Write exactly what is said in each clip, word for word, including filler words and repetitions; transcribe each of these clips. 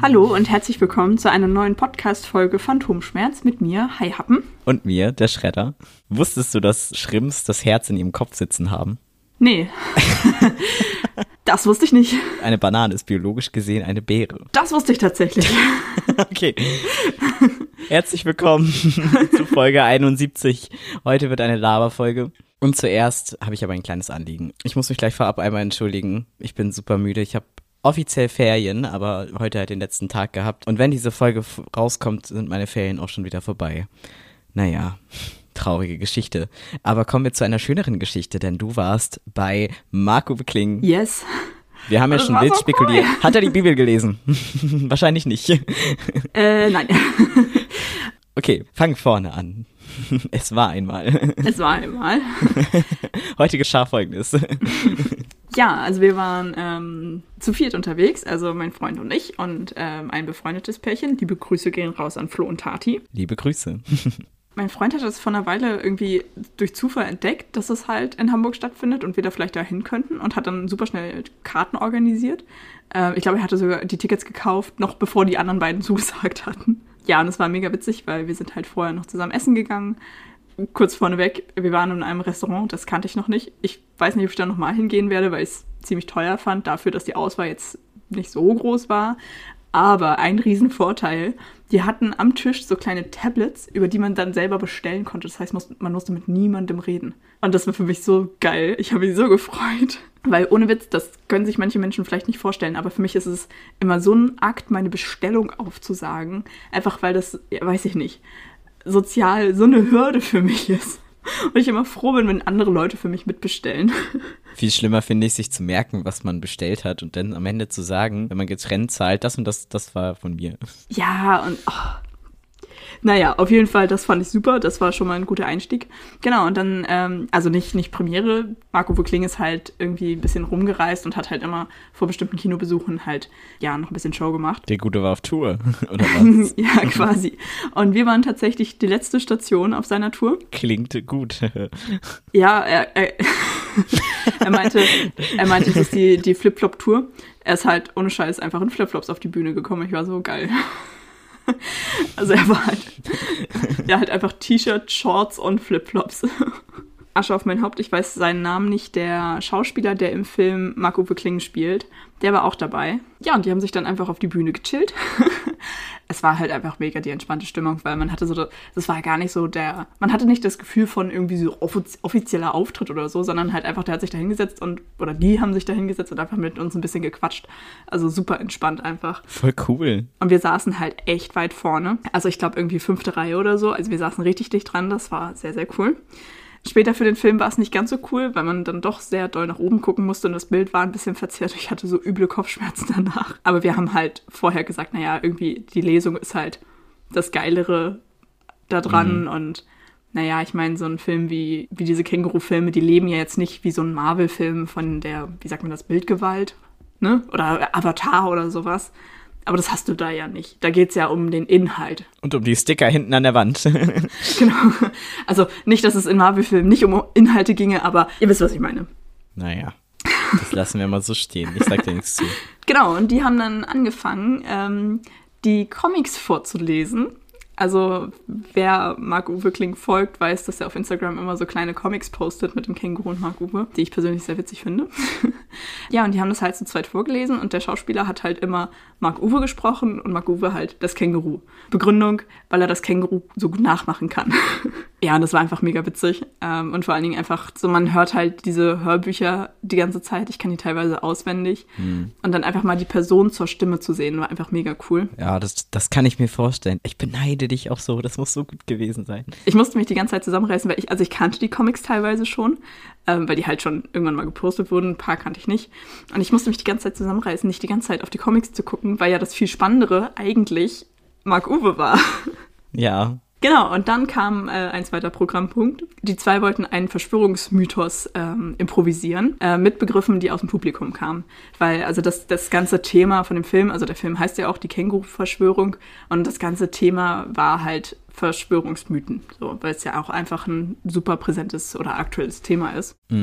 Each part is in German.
Hallo und herzlich willkommen zu einer neuen Podcast-Folge Phantomschmerz mit mir, Hi Happen. Und mir, der Schredder. Wusstest du, dass Shrimps das Herz in ihrem Kopf sitzen haben? Nee. Das wusste ich nicht. Eine Banane ist biologisch gesehen eine Beere. Das wusste ich tatsächlich. Okay. Herzlich willkommen zu Folge einundsiebzig. Heute wird eine Laberfolge. Und zuerst habe ich aber ein kleines Anliegen. Ich muss mich gleich vorab einmal entschuldigen. Ich bin super müde. Ich habe offiziell Ferien, aber heute halt den letzten Tag gehabt. Und wenn diese Folge f- rauskommt, sind meine Ferien auch schon wieder vorbei. Naja, traurige Geschichte. Aber kommen wir zu einer schöneren Geschichte, denn du warst bei Marc-Uwe Kling. Yes. Wir haben ja Das schon war wild so spekuliert. cool. Hat er die Bibel gelesen? Wahrscheinlich nicht. Äh, nein. Okay, fang vorne an. Es war einmal. Es war einmal. Heute geschah Folgendes. Ja, also wir waren ähm, zu viert unterwegs, also mein Freund und ich und ähm, ein befreundetes Pärchen. Liebe Grüße gehen raus an Flo und Tati. Liebe Grüße. Mein Freund hat das vor einer Weile irgendwie durch Zufall entdeckt, dass es halt in Hamburg stattfindet und wir da vielleicht dahin könnten und hat dann super schnell Karten organisiert. Äh, ich glaube, er hatte sogar die Tickets gekauft, noch bevor die anderen beiden zugesagt hatten. Ja, und es war mega witzig, weil wir sind halt vorher noch zusammen essen gegangen. Kurz vorneweg, wir waren in einem Restaurant, das kannte ich noch nicht. Ich weiß nicht, ob ich da nochmal hingehen werde, weil ich es ziemlich teuer fand, dafür, dass die Auswahl jetzt nicht so groß war. Aber ein Riesenvorteil, die hatten am Tisch so kleine Tablets, über die man dann selber bestellen konnte. Das heißt, man musste mit niemandem reden. Und das war für mich so geil. Ich habe mich so gefreut. Weil ohne Witz, das können sich manche Menschen vielleicht nicht vorstellen, aber für mich ist es immer so ein Akt, meine Bestellung aufzusagen. Einfach weil das, ja, weiß ich nicht, sozial so eine Hürde für mich ist. Und ich immer froh bin, wenn andere Leute für mich mitbestellen. Viel schlimmer finde ich, sich zu merken, was man bestellt hat und dann am Ende zu sagen, wenn man getrennt zahlt, das und das, das war von mir. Ja, und oh. Naja, auf jeden Fall, das fand ich super. Das war schon mal ein guter Einstieg. Genau, und dann, ähm, also nicht, nicht Premiere. Marc-Uwe Kling ist halt irgendwie ein bisschen rumgereist und hat halt immer vor bestimmten Kinobesuchen halt, ja, noch ein bisschen Show gemacht. Der Gute war auf Tour, oder was? Ja, quasi. Und wir waren tatsächlich die letzte Station auf seiner Tour. Klingt gut. Ja, er, er, er meinte, er meinte, das ist die, die Flip-Flop-Tour. Er ist halt ohne Scheiß einfach in Flip-Flops auf die Bühne gekommen. Ich war so geil. Also er war halt, er halt einfach T-Shirt, Shorts und Flipflops. Asche auf mein Haupt, ich weiß seinen Namen nicht, der Schauspieler, der im Film Marc-Uwe Kling spielt, der war auch dabei. Ja, und die haben sich dann einfach auf die Bühne gechillt. Es war halt einfach mega die entspannte Stimmung, weil man hatte so, das war gar nicht so der, man hatte nicht das Gefühl von irgendwie so offiz- offizieller Auftritt oder so, sondern halt einfach, der hat sich da hingesetzt und, oder die haben sich da hingesetzt und einfach mit uns ein bisschen gequatscht. Also super entspannt einfach. Voll cool. Und wir saßen halt echt weit vorne. Also ich glaube irgendwie fünfte Reihe oder so. Also wir saßen richtig dicht dran, das war sehr, sehr cool. Später für den Film war es nicht ganz so cool, weil man dann doch sehr doll nach oben gucken musste und das Bild war ein bisschen verzerrt. Ich hatte so üble Kopfschmerzen danach. Aber wir haben halt vorher gesagt, naja, irgendwie die Lesung ist halt das Geilere da dran. Mhm. Und naja, ich meine, so ein Film wie, wie diese Känguru-Filme, die leben ja jetzt nicht wie so ein Marvel-Film von der, wie sagt man das, Bildgewalt, ne? Oder Avatar oder sowas. Aber das hast du da ja nicht. Da geht's ja um den Inhalt. Und um die Sticker hinten an der Wand. Genau. Also nicht, dass es in Marvel-Filmen nicht um Inhalte ginge, aber ihr wisst, was ich meine. Naja, das lassen wir mal so stehen. Ich sag dir nichts zu. Genau, und die haben dann angefangen, ähm, die Comics vorzulesen. Also wer Marc-Uwe Kling folgt, weiß, dass er auf Instagram immer so kleine Comics postet mit dem Känguru und Marc-Uwe, die ich persönlich sehr witzig finde. Ja, und die haben das halt zu zweit vorgelesen und der Schauspieler hat halt immer Marc-Uwe gesprochen und Marc-Uwe halt das Känguru. Begründung, weil er das Känguru so gut nachmachen kann. Ja, und das war einfach mega witzig. Ähm, und vor allen Dingen einfach so, man hört halt diese Hörbücher die ganze Zeit. Ich kann die teilweise auswendig. Hm. Und dann einfach mal die Person zur Stimme zu sehen, war einfach mega cool. Ja, das, das kann ich mir vorstellen. Ich beneide dich auch so. Das muss so gut gewesen sein. Ich musste mich die ganze Zeit zusammenreißen, weil ich, also ich kannte die Comics teilweise schon, ähm, weil die halt schon irgendwann mal gepostet wurden. Ein paar kannte ich nicht. Und ich musste mich die ganze Zeit zusammenreißen, nicht die ganze Zeit auf die Comics zu gucken, weil ja das viel Spannendere eigentlich Marc-Uwe war. Ja. Genau, und dann kam äh, ein zweiter Programmpunkt. Die zwei wollten einen Verschwörungsmythos ähm, improvisieren, äh, mit Begriffen, die aus dem Publikum kamen. Weil also das, das ganze Thema von dem Film, also der Film heißt ja auch die Känguru-Verschwörung, und das ganze Thema war halt Verschwörungsmythen, so, weil es ja auch einfach ein super präsentes oder aktuelles Thema ist. Mhm.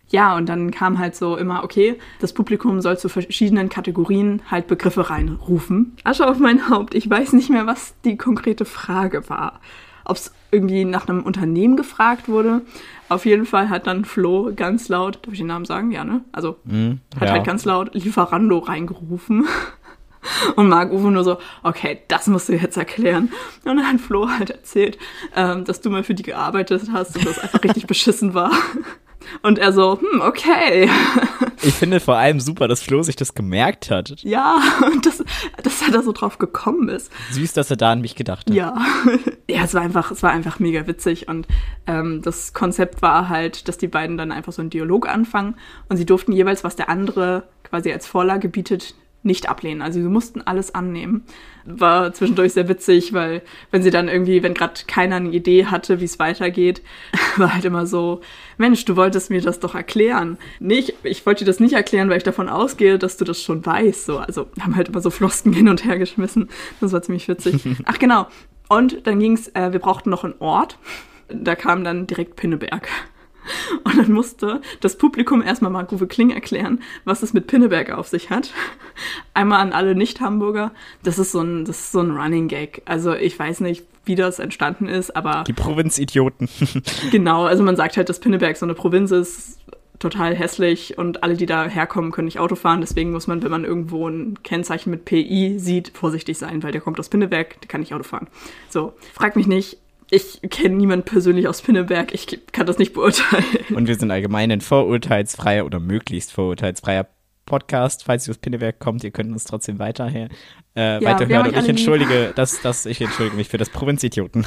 Ja, und dann kam halt so immer, okay, das Publikum soll zu verschiedenen Kategorien halt Begriffe reinrufen. Asche auf mein Haupt, ich weiß nicht mehr, was die konkrete Frage war. Ob es irgendwie nach einem Unternehmen gefragt wurde. Auf jeden Fall hat dann Flo ganz laut, darf ich den Namen sagen? Ja, ne? Also mm, hat ja. halt ganz laut Lieferando reingerufen. Und Marc-Uwe nur so, okay, das musst du jetzt erklären. Und dann hat Flo halt erzählt, ähm, dass du mal für die gearbeitet hast und das einfach richtig beschissen war. Und er so, hm, okay. Ich finde vor allem super, dass Flo sich das gemerkt hat. Ja, und das, dass er da so drauf gekommen ist. Süß, dass er da an mich gedacht hat. Ja, ja, es war einfach, es war einfach mega witzig. Und ähm, das Konzept war halt, dass die beiden dann einfach so einen Dialog anfangen. Und sie durften jeweils, was der andere quasi als Vorlage bietet, nicht ablehnen. Also sie mussten alles annehmen. War zwischendurch sehr witzig, weil wenn sie dann irgendwie, wenn gerade keiner eine Idee hatte, wie es weitergeht, war halt immer so, Mensch, du wolltest mir das doch erklären. Nee, ich, ich wollte dir das nicht erklären, weil ich davon ausgehe, dass du das schon weißt. So, also haben halt immer so Flosken hin und her geschmissen. Das war ziemlich witzig. Ach genau. Und dann ging's, äh, wir brauchten noch einen Ort. Da kam dann direkt Pinneberg. Und dann musste das Publikum erstmal Marc-Uwe Kling erklären, was es mit Pinneberg auf sich hat. Einmal an alle Nicht-Hamburger. Das ist so ein, das ist so ein Running Gag. Also ich weiß nicht, wie das entstanden ist, aber... Die Provinzidioten. Genau, also man sagt halt, dass Pinneberg so eine Provinz ist, total hässlich und alle, die da herkommen, können nicht Auto fahren. Deswegen muss man, wenn man irgendwo ein Kennzeichen mit P I sieht, vorsichtig sein, weil der kommt aus Pinneberg, der kann nicht Auto fahren. So, frag mich nicht. Ich kenne niemanden persönlich aus Pinneberg, ich kann das nicht beurteilen. Und wir sind allgemein ein vorurteilsfreier oder möglichst vorurteilsfreier Podcast. Falls ihr aus Pinneberg kommt, ihr könnt uns trotzdem weiterher, äh, ja, weiterhören. Und ich entschuldige, dass, dass ich entschuldige mich für das Provinzidioten.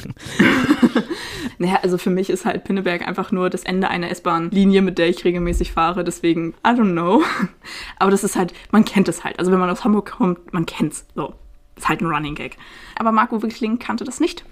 Naja, also für mich ist halt Pinneberg einfach nur das Ende einer S-Bahn-Linie, mit der ich regelmäßig fahre. Deswegen, I don't know. Aber das ist halt, man kennt es halt. Also wenn man aus Hamburg kommt, man kennt's. So, ist halt ein Running Gag. Aber Marc-Uwe Kling kannte das nicht.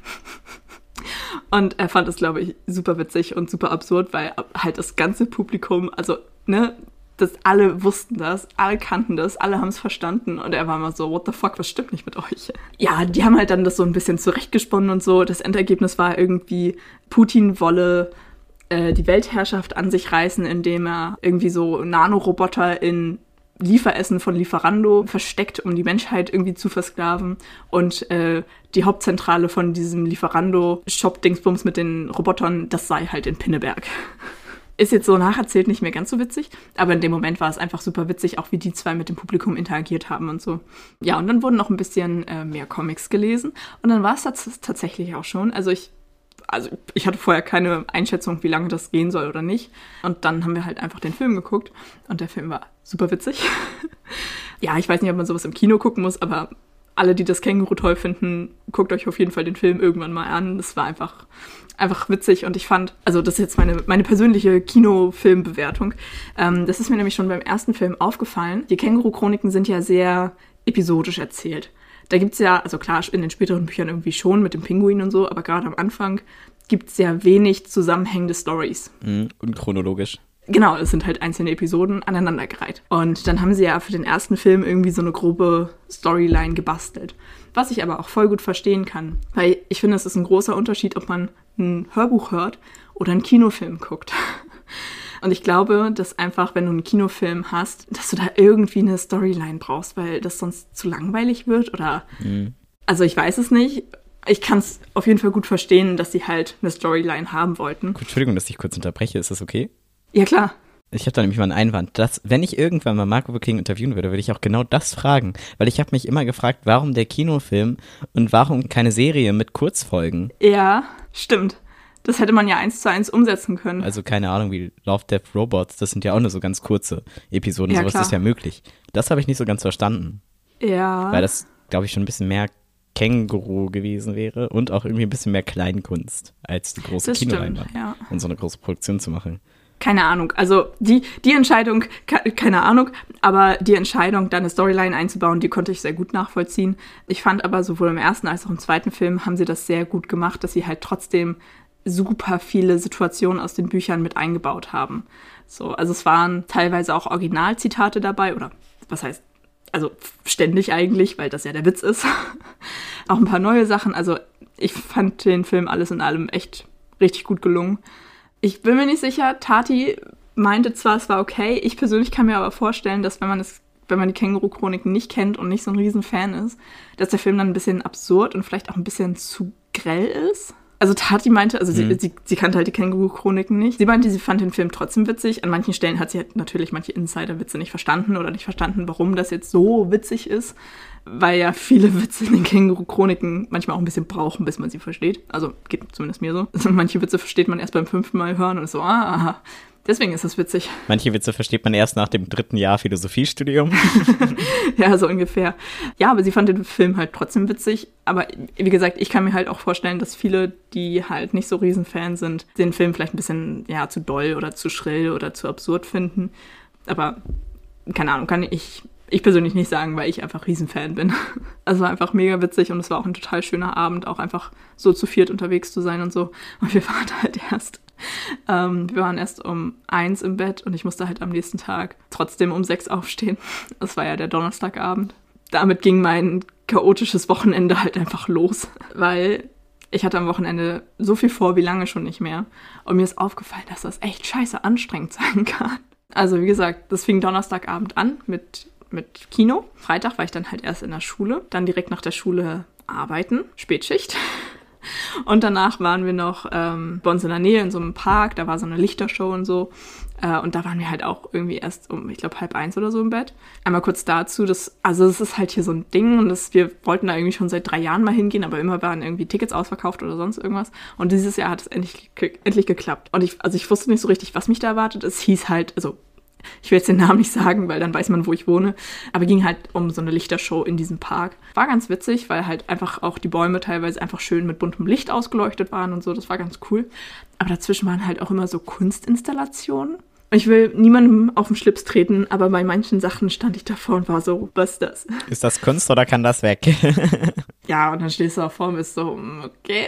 Und er fand es, glaube ich, super witzig und super absurd, weil halt das ganze Publikum, also, ne, das, alle wussten das, alle kannten das, alle haben es verstanden und er war immer so, what the fuck, was stimmt nicht mit euch? Ja, die haben halt dann das so ein bisschen zurechtgesponnen und so. Das Endergebnis war irgendwie, Putin wolle äh, die Weltherrschaft an sich reißen, indem er irgendwie so Nanoroboter in Lieferessen von Lieferando versteckt, um die Menschheit irgendwie zu versklaven. Und äh, die Hauptzentrale von diesem Lieferando-Shop-Dingsbums mit den Robotern, das sei halt in Pinneberg. Ist jetzt so nacherzählt nicht mehr ganz so witzig, aber in dem Moment war es einfach super witzig, auch wie die zwei mit dem Publikum interagiert haben und so. Ja, und dann wurden noch ein bisschen äh, mehr Comics gelesen und dann war es tats- tatsächlich auch schon. Also ich Also ich hatte vorher keine Einschätzung, wie lange das gehen soll oder nicht. Und dann haben wir halt einfach den Film geguckt. Und der Film war super witzig. Ja, ich weiß nicht, ob man sowas im Kino gucken muss, aber alle, die das Känguru toll finden, guckt euch auf jeden Fall den Film irgendwann mal an. Das war einfach, einfach witzig. Und ich fand, also das ist jetzt meine, meine persönliche Kinofilmbewertung. Ähm, das ist mir nämlich schon beim ersten Film aufgefallen. Die Känguru-Chroniken sind ja sehr episodisch erzählt. Da gibt's ja, also klar, in den späteren Büchern irgendwie schon mit dem Pinguin und so, aber gerade am Anfang gibt's ja wenig zusammenhängende Stories. Mhm, und chronologisch. Genau, es sind halt einzelne Episoden aneinandergereiht. Und dann haben sie ja für den ersten Film irgendwie so eine grobe Storyline gebastelt. Was ich aber auch voll gut verstehen kann. Weil ich finde, es ist ein großer Unterschied, ob man ein Hörbuch hört oder einen Kinofilm guckt. Und ich glaube, dass einfach, wenn du einen Kinofilm hast, dass du da irgendwie eine Storyline brauchst, weil das sonst zu langweilig wird oder, mhm. Also ich weiß es nicht. Ich kann es auf jeden Fall gut verstehen, dass sie halt eine Storyline haben wollten. Entschuldigung, dass ich kurz unterbreche. Ist das okay? Ja, klar. Ich habe da nämlich mal einen Einwand, dass, wenn ich irgendwann mal Marc-Uwe Kling interviewen würde, würde ich auch genau das fragen. Weil ich habe mich immer gefragt, warum der Kinofilm und warum keine Serie mit Kurzfolgen? Ja, stimmt. Das hätte man ja eins zu eins umsetzen können. Also keine Ahnung, wie Love, Death, Robots, das sind ja auch nur so ganz kurze Episoden, ja, sowas klar. Ist ja möglich. Das habe ich nicht so ganz verstanden. Ja. Weil das, glaube ich, schon ein bisschen mehr Känguru gewesen wäre und auch irgendwie ein bisschen mehr Kleinkunst als die große Kinoleinwand, ja. Und so eine große Produktion zu machen. Keine Ahnung, also die, die Entscheidung, keine Ahnung, aber die Entscheidung, da eine Storyline einzubauen, die konnte ich sehr gut nachvollziehen. Ich fand aber sowohl im ersten als auch im zweiten Film haben sie das sehr gut gemacht, dass sie halt trotzdem super viele Situationen aus den Büchern mit eingebaut haben. So, also es waren teilweise auch Originalzitate dabei, oder was heißt, also ständig eigentlich, weil das ja der Witz ist. Auch ein paar neue Sachen, also ich fand den Film alles in allem echt richtig gut gelungen. Ich bin mir nicht sicher, Tati meinte zwar, es war okay, ich persönlich kann mir aber vorstellen, dass wenn man es, wenn man die Känguru-Chroniken nicht kennt und nicht so ein Riesenfan ist, dass der Film dann ein bisschen absurd und vielleicht auch ein bisschen zu grell ist. Also Tati meinte, also sie, mhm. sie, sie kannte halt die Känguru-Chroniken nicht. Sie meinte, sie fand den Film trotzdem witzig. An manchen Stellen hat sie halt natürlich manche Insider-Witze nicht verstanden oder nicht verstanden, warum das jetzt so witzig ist. Weil ja viele Witze in den Känguru-Chroniken manchmal auch ein bisschen brauchen, bis man sie versteht. Also geht zumindest mir so. Also manche Witze versteht man erst beim fünften Mal hören und ist so, ah, aha. Deswegen ist das witzig. Manche Witze versteht man erst nach dem dritten Jahr Philosophiestudium. Ja, so ungefähr. Ja, aber sie fand den Film halt trotzdem witzig. Aber wie gesagt, ich kann mir halt auch vorstellen, dass viele, die halt nicht so Riesenfan sind, den Film vielleicht ein bisschen ja, zu doll oder zu schrill oder zu absurd finden. Aber keine Ahnung, kann ich, ich persönlich nicht sagen, weil ich einfach Riesenfan bin. Also war einfach mega witzig und es war auch ein total schöner Abend, auch einfach so zu viert unterwegs zu sein und so. Und wir waren halt erst Ähm, wir waren erst um eins im Bett und ich musste halt am nächsten Tag trotzdem um sechs aufstehen. Das war ja der Donnerstagabend. Damit ging mein chaotisches Wochenende halt einfach los, weil ich hatte am Wochenende so viel vor wie lange schon nicht mehr. Und mir ist aufgefallen, dass das echt scheiße anstrengend sein kann. Also wie gesagt, das fing Donnerstagabend an mit, mit Kino. Freitag war ich dann halt erst in der Schule, dann direkt nach der Schule arbeiten, Spätschicht. Und danach waren wir noch ähm, bei uns in der Nähe in so einem Park, da war so eine Lichtershow und so. Äh, und da waren wir halt auch irgendwie erst um, ich glaube, halb eins oder so im Bett. Einmal kurz dazu, dass, also es ist halt hier so ein Ding und das, wir wollten da irgendwie schon seit drei Jahren mal hingehen, aber immer waren irgendwie Tickets ausverkauft oder sonst irgendwas. Und dieses Jahr hat es endlich, endlich geklappt. Und ich, also ich wusste nicht so richtig, was mich da erwartet. Es hieß halt, also ich will jetzt den Namen nicht sagen, weil dann weiß man, wo ich wohne. Aber ging halt um so eine Lichtershow in diesem Park. War ganz witzig, weil halt einfach auch die Bäume teilweise einfach schön mit buntem Licht ausgeleuchtet waren und so. Das war ganz cool. Aber dazwischen waren halt auch immer so Kunstinstallationen. Ich will niemandem auf den Schlips treten, aber bei manchen Sachen stand ich davor und war so, was ist das? Ist das Kunst oder kann das weg? Ja, und dann stehst du auch vor und bist so, okay.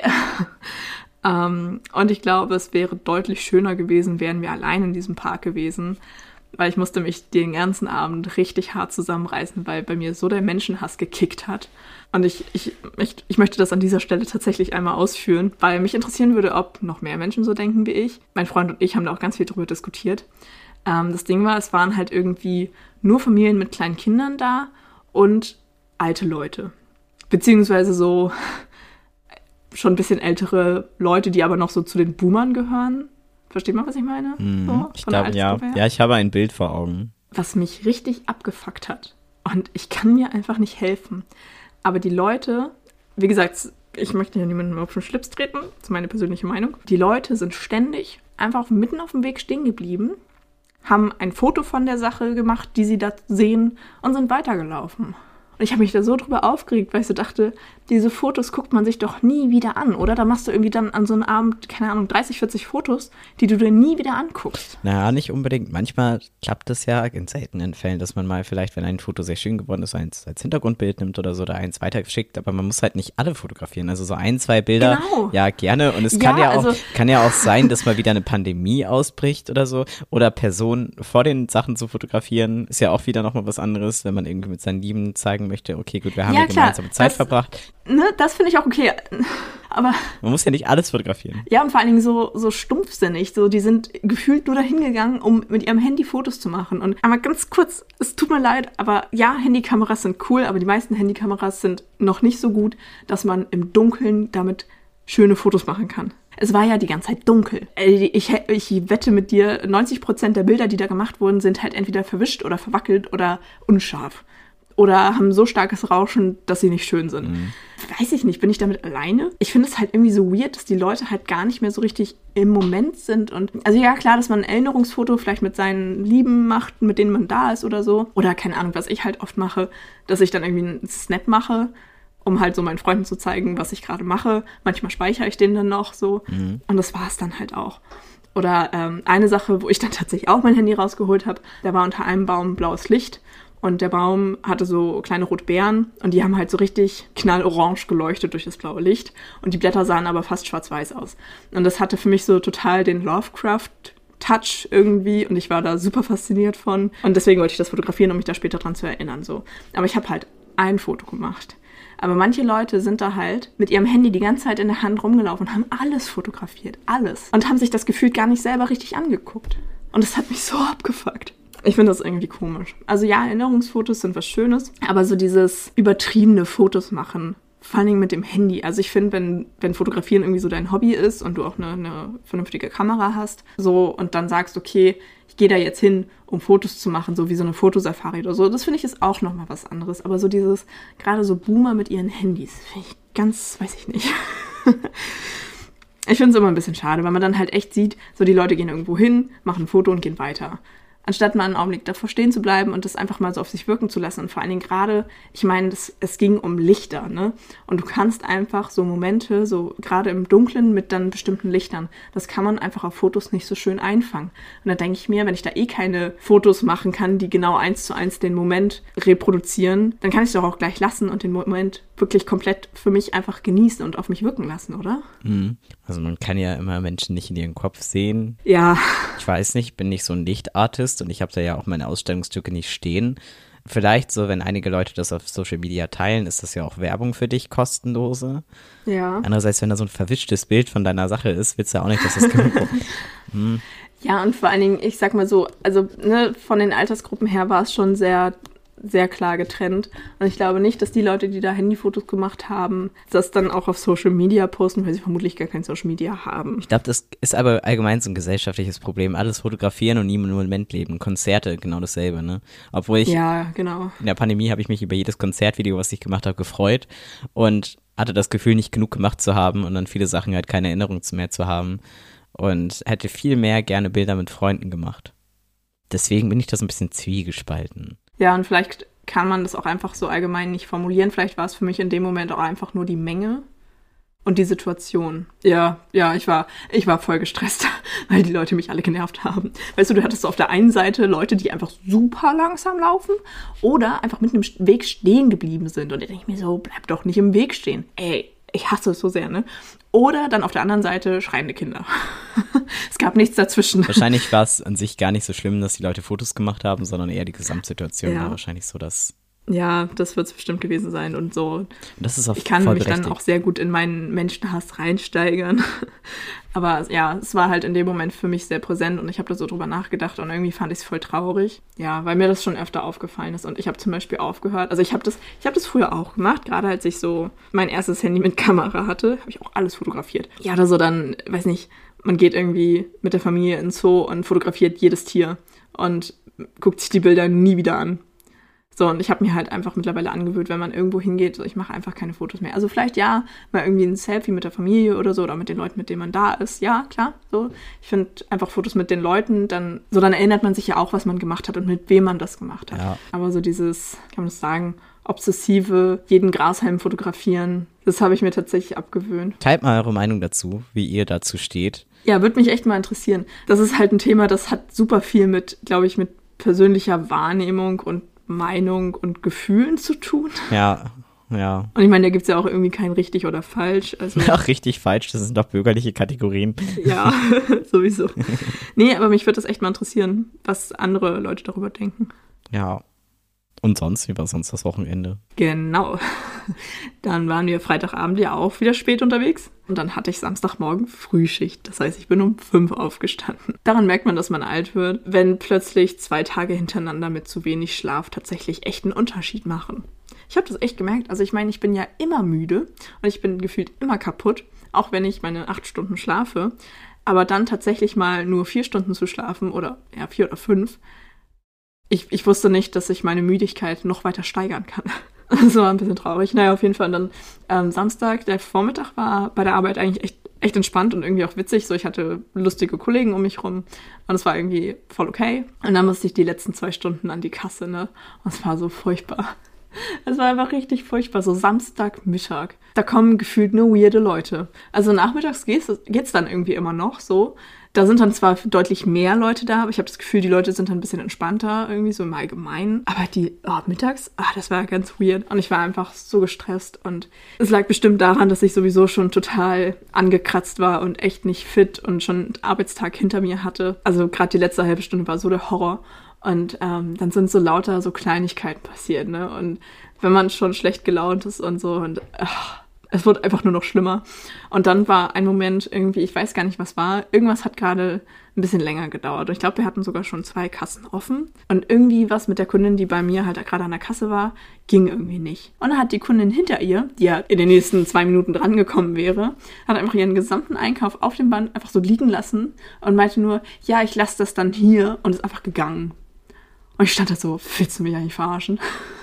um, und ich glaube, es wäre deutlich schöner gewesen, wären wir allein in diesem Park gewesen. Weil ich musste mich den ganzen Abend richtig hart zusammenreißen, weil bei mir so der Menschenhass gekickt hat. Und ich, ich, ich, ich möchte das an dieser Stelle tatsächlich einmal ausführen, weil mich interessieren würde, ob noch mehr Menschen so denken wie ich. Mein Freund und ich haben da auch ganz viel drüber diskutiert. Ähm, das Ding war, es waren halt irgendwie nur Familien mit kleinen Kindern da und alte Leute. Beziehungsweise so schon ein bisschen ältere Leute, die aber noch so zu den Boomern gehören. Versteht man, was ich meine? Mhm. So, ich glaube, ja. Ja, ich habe ein Bild vor Augen. Was mich richtig abgefuckt hat. Und ich kann mir einfach nicht helfen. Aber die Leute, wie gesagt, ich möchte ja niemandem auf den Schlips treten, das ist meine persönliche Meinung. Die Leute sind ständig einfach mitten auf dem Weg stehen geblieben, haben ein Foto von der Sache gemacht, die sie da sehen und sind weitergelaufen. Und ich habe mich da so drüber aufgeregt, weil ich so dachte, diese Fotos guckt man sich doch nie wieder an, oder? Da machst du irgendwie dann an so einem Abend, keine Ahnung, dreißig, vierzig Fotos, die du dir nie wieder anguckst. Naja, nicht unbedingt. Manchmal klappt es ja in seltenen Fällen, dass man mal vielleicht, wenn ein Foto sehr schön geworden ist, eins als Hintergrundbild nimmt oder so oder eins weitergeschickt, aber man muss halt nicht alle fotografieren. Also so ein, zwei Bilder, genau. Ja, gerne. Und es kann ja, ja auch, also, kann ja auch sein, dass mal wieder eine Pandemie ausbricht oder so. Oder Personen vor den Sachen zu fotografieren, ist ja auch wieder nochmal was anderes, wenn man irgendwie mit seinen Lieben zeigen möchte, okay, gut, wir haben ja, ja gemeinsame Zeit das, verbracht. Ne, das finde ich auch okay. Aber man muss ja nicht alles fotografieren. Ja, und vor allen Dingen so, so stumpfsinnig. So, die sind gefühlt nur dahin gegangen, um mit ihrem Handy Fotos zu machen. Und einmal ganz kurz, es tut mir leid, aber ja, Handykameras sind cool, aber die meisten Handykameras sind noch nicht so gut, dass man im Dunkeln damit schöne Fotos machen kann. Es war ja die ganze Zeit dunkel. Ich, ich wette mit dir, neunzig Prozent der Bilder, die da gemacht wurden, sind halt entweder verwischt oder verwackelt oder unscharf. Oder haben so starkes Rauschen, dass sie nicht schön sind. Mhm. Weiß ich nicht, bin ich damit alleine? Ich finde es halt irgendwie so weird, dass die Leute halt gar nicht mehr so richtig im Moment sind. Und also ja, klar, dass man ein Erinnerungsfoto vielleicht mit seinen Lieben macht, mit denen man da ist oder so. Oder keine Ahnung, was ich halt oft mache, dass ich dann irgendwie einen Snap mache, um halt so meinen Freunden zu zeigen, was ich gerade mache. Manchmal speichere ich den dann noch so. Mhm. Und das war es dann halt auch. Oder ähm, eine Sache, wo ich dann tatsächlich auch mein Handy rausgeholt habe, da war unter einem Baum blaues Licht. Und der Baum hatte so kleine rote Beeren und die haben halt so richtig knallorange geleuchtet durch das blaue Licht. Und die Blätter sahen aber fast schwarz-weiß aus. Und das hatte für mich so total den Lovecraft-Touch irgendwie und ich war da super fasziniert von. Und deswegen wollte ich das fotografieren, um mich da später dran zu erinnern. So. Aber ich habe halt ein Foto gemacht. Aber manche Leute sind da halt mit ihrem Handy die ganze Zeit in der Hand rumgelaufen und haben alles fotografiert. Alles. Und haben sich das gefühlt gar nicht selber richtig angeguckt. Und das hat mich so abgefuckt. Ich finde das irgendwie komisch. Also ja, Erinnerungsfotos sind was Schönes, aber so dieses übertriebene Fotos machen, vor allen Dingen mit dem Handy. Also ich finde, wenn, wenn Fotografieren irgendwie so dein Hobby ist und du auch eine, eine vernünftige Kamera hast, so und dann sagst, okay, ich gehe da jetzt hin, um Fotos zu machen, so wie so eine Fotosafari oder so, das finde ich ist auch nochmal was anderes. Aber so dieses, gerade so Boomer mit ihren Handys, finde ich ganz, weiß ich nicht. Ich finde es immer ein bisschen schade, weil man dann halt echt sieht, so die Leute gehen irgendwo hin, machen ein Foto und gehen weiter. Anstatt mal einen Augenblick davor stehen zu bleiben und das einfach mal so auf sich wirken zu lassen. Und vor allen Dingen gerade, ich meine, das, es ging um Lichter, ne? Und du kannst einfach so Momente, so gerade im Dunkeln mit dann bestimmten Lichtern, das kann man einfach auf Fotos nicht so schön einfangen. Und da denke ich mir, wenn ich da eh keine Fotos machen kann, die genau eins zu eins den Moment reproduzieren, dann kann ich es doch auch gleich lassen und den Moment wirklich komplett für mich einfach genießen und auf mich wirken lassen, oder? Also man kann ja immer Menschen nicht in ihren Kopf sehen. Ja. Ich weiß nicht, ich bin nicht so ein Lichtartist und ich habe da ja auch meine Ausstellungsstücke nicht stehen. Vielleicht so, wenn einige Leute das auf Social Media teilen, ist das ja auch Werbung für dich, kostenlose. Ja. Andererseits, wenn da so ein verwischtes Bild von deiner Sache ist, willst du ja auch nicht, dass das genug hm. Ja, und vor allen Dingen, ich sag mal so, also ne, von den Altersgruppen her war es schon sehr sehr klar getrennt. Und ich glaube nicht, dass die Leute, die da Handyfotos gemacht haben, das dann auch auf Social Media posten, weil sie vermutlich gar kein Social Media haben. Ich glaube, das ist aber allgemein so ein gesellschaftliches Problem. Alles fotografieren und nie im Moment leben. Konzerte, genau dasselbe, ne? Obwohl ich, ja, genau. In der Pandemie habe ich mich über jedes Konzertvideo, was ich gemacht habe, gefreut und hatte das Gefühl, nicht genug gemacht zu haben und dann viele Sachen halt keine Erinnerung mehr zu haben und hätte viel mehr gerne Bilder mit Freunden gemacht. Deswegen bin ich da so ein bisschen zwiegespalten. Ja, und vielleicht kann man das auch einfach so allgemein nicht formulieren. Vielleicht war es für mich in dem Moment auch einfach nur die Menge und die Situation. Ja, ja, ich war, ich war voll gestresst, weil die Leute mich alle genervt haben. Weißt du, du hattest so auf der einen Seite Leute, die einfach super langsam laufen oder einfach mitten im Weg stehen geblieben sind. Und da denke ich mir so, bleib doch nicht im Weg stehen. Ey, ich hasse es so sehr, ne? Oder dann auf der anderen Seite schreiende Kinder. Es gab nichts dazwischen. Wahrscheinlich war es an sich gar nicht so schlimm, dass die Leute Fotos gemacht haben, sondern eher die Gesamtsituation ja. war wahrscheinlich so, dass... Ja, das wird es bestimmt gewesen sein und so. Das ist auch ich kann voll mich berechtigt. Dann auch sehr gut in meinen Menschenhass reinsteigern. Aber ja, es war halt in dem Moment für mich sehr präsent und ich habe da so drüber nachgedacht und irgendwie fand ich es voll traurig. Ja, weil mir das schon öfter aufgefallen ist und ich habe zum Beispiel aufgehört, also ich habe das, ich habe das früher auch gemacht, gerade als ich so mein erstes Handy mit Kamera hatte, habe ich auch alles fotografiert. Ja, oder so dann, weiß nicht, man geht irgendwie mit der Familie in den Zoo und fotografiert jedes Tier und guckt sich die Bilder nie wieder an. So, und ich habe mir halt einfach mittlerweile angewöhnt, wenn man irgendwo hingeht, so, ich mache einfach keine Fotos mehr. Also vielleicht ja, mal irgendwie ein Selfie mit der Familie oder so oder mit den Leuten, mit denen man da ist. Ja, klar, so. Ich finde einfach Fotos mit den Leuten, dann, so dann erinnert man sich ja auch, was man gemacht hat und mit wem man das gemacht hat. Ja. Aber so dieses, kann man das sagen, obsessive, jeden Grashalm fotografieren, das habe ich mir tatsächlich abgewöhnt. Teilt mal eure Meinung dazu, wie ihr dazu steht. Ja, würde mich echt mal interessieren. Das ist halt ein Thema, das hat super viel mit, glaube ich, mit persönlicher Wahrnehmung und Meinung und Gefühlen zu tun. Ja, ja. Und ich meine, da gibt es ja auch irgendwie kein richtig oder falsch. Also, Ach, richtig falsch, das sind doch bürgerliche Kategorien. Ja, sowieso. Nee, aber mich würde das echt mal interessieren, was andere Leute darüber denken. Ja. Und sonst, wie war sonst das Wochenende? Genau. Dann waren wir Freitagabend ja auch wieder spät unterwegs. Und dann hatte ich Samstagmorgen Frühschicht. Das heißt, ich bin um fünf aufgestanden. Daran merkt man, dass man alt wird, wenn plötzlich zwei Tage hintereinander mit zu wenig Schlaf tatsächlich echt einen Unterschied machen. Ich habe das echt gemerkt. Also ich meine, ich bin ja immer müde und ich bin gefühlt immer kaputt, auch wenn ich meine acht Stunden schlafe. Aber dann tatsächlich mal nur vier Stunden zu schlafen oder ja, vier oder fünf, Ich, ich wusste nicht, dass ich meine Müdigkeit noch weiter steigern kann. Das war ein bisschen traurig. Naja, auf jeden Fall. Und dann ähm, Samstag, der Vormittag war bei der Arbeit eigentlich echt, echt entspannt und irgendwie auch witzig. So, ich hatte lustige Kollegen um mich rum und es war irgendwie voll okay. Und dann musste ich die letzten zwei Stunden an die Kasse, ne? Und es war so furchtbar. Es war einfach richtig furchtbar. So Samstagmittag. Da kommen gefühlt nur weirde Leute. Also nachmittags geht's, geht's dann irgendwie immer noch so. Da sind dann zwar deutlich mehr Leute da, aber ich habe das Gefühl, die Leute sind dann ein bisschen entspannter, irgendwie so im Allgemeinen. Aber die, oh, mittags, ah, das war ganz weird. Und ich war einfach so gestresst. Und es lag bestimmt daran, dass ich sowieso schon total angekratzt war und echt nicht fit und schon einen Arbeitstag hinter mir hatte. Also gerade die letzte halbe Stunde war so der Horror. Und ähm, dann sind so lauter so Kleinigkeiten passiert, ne? Und wenn man schon schlecht gelaunt ist und so und ach, Es wurde einfach nur noch schlimmer. Und dann war ein Moment irgendwie, ich weiß gar nicht, was war, irgendwas hat gerade ein bisschen länger gedauert. Und ich glaube, wir hatten sogar schon zwei Kassen offen. Und irgendwie was mit der Kundin, die bei mir halt gerade an der Kasse war, ging irgendwie nicht. Und dann hat die Kundin hinter ihr, die ja in den nächsten zwei Minuten drangekommen wäre, hat einfach ihren gesamten Einkauf auf dem Band einfach so liegen lassen und meinte nur, ja, ich lasse das dann hier, und ist einfach gegangen. Und ich stand da so, willst du mich eigentlich verarschen?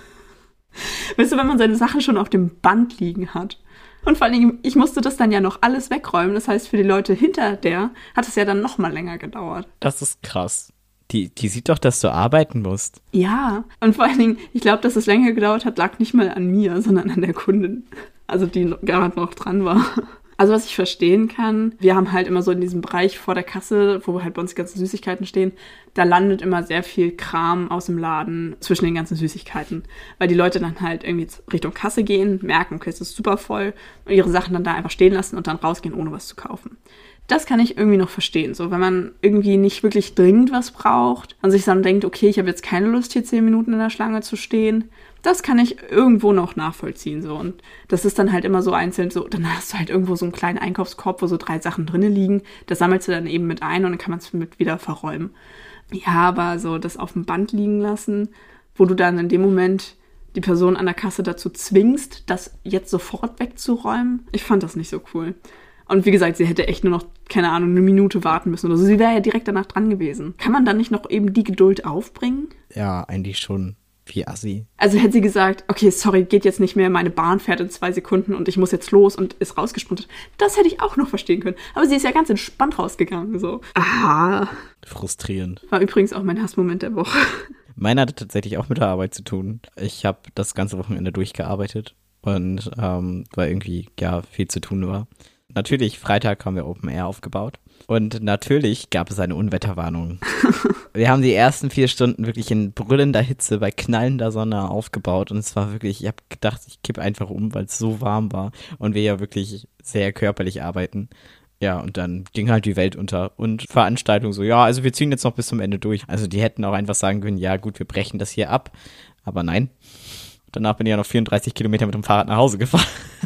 Weißt du, wenn man seine Sachen schon auf dem Band liegen hat. Und vor allen Dingen, ich musste das dann ja noch alles wegräumen. Das heißt, für die Leute hinter der hat es ja dann noch mal länger gedauert. Das ist krass. Die, die sieht doch, dass du arbeiten musst. Ja, und vor allen Dingen, ich glaube, dass es länger gedauert hat, lag nicht mal an mir, sondern an der Kundin. Also die gerade noch dran war. Also was ich verstehen kann, wir haben halt immer so in diesem Bereich vor der Kasse, wo halt bei uns die ganzen Süßigkeiten stehen, da landet immer sehr viel Kram aus dem Laden zwischen den ganzen Süßigkeiten. Weil die Leute dann halt irgendwie Richtung Kasse gehen, merken, okay, es ist super voll, und ihre Sachen dann da einfach stehen lassen und dann rausgehen, ohne was zu kaufen. Das kann ich irgendwie noch verstehen. So, wenn man irgendwie nicht wirklich dringend was braucht und sich dann denkt, okay, ich habe jetzt keine Lust, hier zehn Minuten in der Schlange zu stehen, das kann ich irgendwo noch nachvollziehen. So. Und das ist dann halt immer so einzeln so, dann hast du halt irgendwo so einen kleinen Einkaufskorb, wo so drei Sachen drin liegen. Das sammelst du dann eben mit ein und dann kann man es mit wieder verräumen. Ja, aber so das auf dem Band liegen lassen, wo du dann in dem Moment die Person an der Kasse dazu zwingst, das jetzt sofort wegzuräumen, ich fand das nicht so cool. Und wie gesagt, sie hätte echt nur noch, keine Ahnung, eine Minute warten müssen oder so. Sie wäre ja direkt danach dran gewesen. Kann man dann nicht noch eben die Geduld aufbringen? Ja, eigentlich schon. Wie assi. Also hätte sie gesagt, okay, sorry, geht jetzt nicht mehr, meine Bahn fährt in zwei Sekunden und ich muss jetzt los, und ist rausgesprintet. Das hätte ich auch noch verstehen können. Aber sie ist ja ganz entspannt rausgegangen, so. Aha. Frustrierend. War übrigens auch mein Hassmoment der Woche. Meiner hatte tatsächlich auch mit der Arbeit zu tun. Ich habe das ganze Wochenende durchgearbeitet und ähm, weil irgendwie ja viel zu tun war. Natürlich, Freitag haben wir Open Air aufgebaut. Und natürlich gab es eine Unwetterwarnung. Wir haben die ersten vier Stunden wirklich in brüllender Hitze bei knallender Sonne aufgebaut. Und es war wirklich, ich habe gedacht, ich kippe einfach um, weil es so warm war. Und wir ja wirklich sehr körperlich arbeiten. Ja, und dann ging halt die Welt unter. Und Veranstaltung so, ja, also wir ziehen jetzt noch bis zum Ende durch. Also die hätten auch einfach sagen können, ja gut, wir brechen das hier ab. Aber nein. Danach bin ich ja noch vierunddreißig Kilometer mit dem Fahrrad nach Hause gefahren.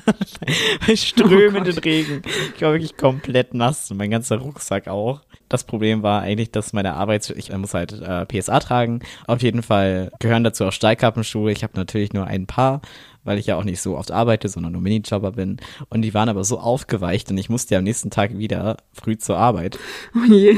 Bei strömenden oh Regen. Ich war wirklich komplett nass und mein ganzer Rucksack auch. Das Problem war eigentlich, dass meine Arbeit, ich muss halt äh, P S A tragen. Auf jeden Fall gehören dazu auch Steigkappenschuhe. Ich habe natürlich nur ein Paar, weil ich ja auch nicht so oft arbeite, sondern nur Minijobber bin. Und die waren aber so aufgeweicht und ich musste ja am nächsten Tag wieder früh zur Arbeit. Oh je.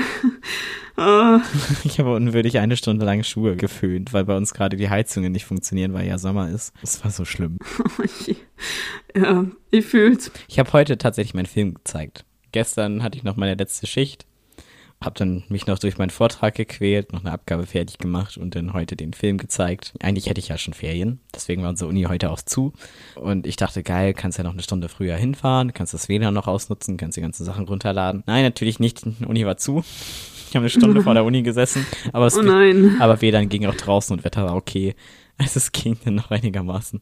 Oh. Ich habe unwürdig eine Stunde lang Schuhe geföhnt, weil bei uns gerade die Heizungen nicht funktionieren, weil ja Sommer ist. Das war so schlimm. Oh je. Ja, ich fühl's. Ich habe heute tatsächlich meinen Film gezeigt. Gestern hatte ich noch meine letzte Schicht. Hab dann mich noch durch meinen Vortrag gequält, noch eine Abgabe fertig gemacht und dann heute den Film gezeigt. Eigentlich hätte ich ja schon Ferien, deswegen war unsere Uni heute auch zu. Und ich dachte, geil, kannst ja noch eine Stunde früher hinfahren, kannst das W L A N noch ausnutzen, kannst die ganzen Sachen runterladen. Nein, natürlich nicht, die Uni war zu. Ich habe eine Stunde vor der Uni gesessen, aber, es oh nein. aber W L A N ging auch draußen und Wetter war okay. Also es ging dann noch einigermaßen.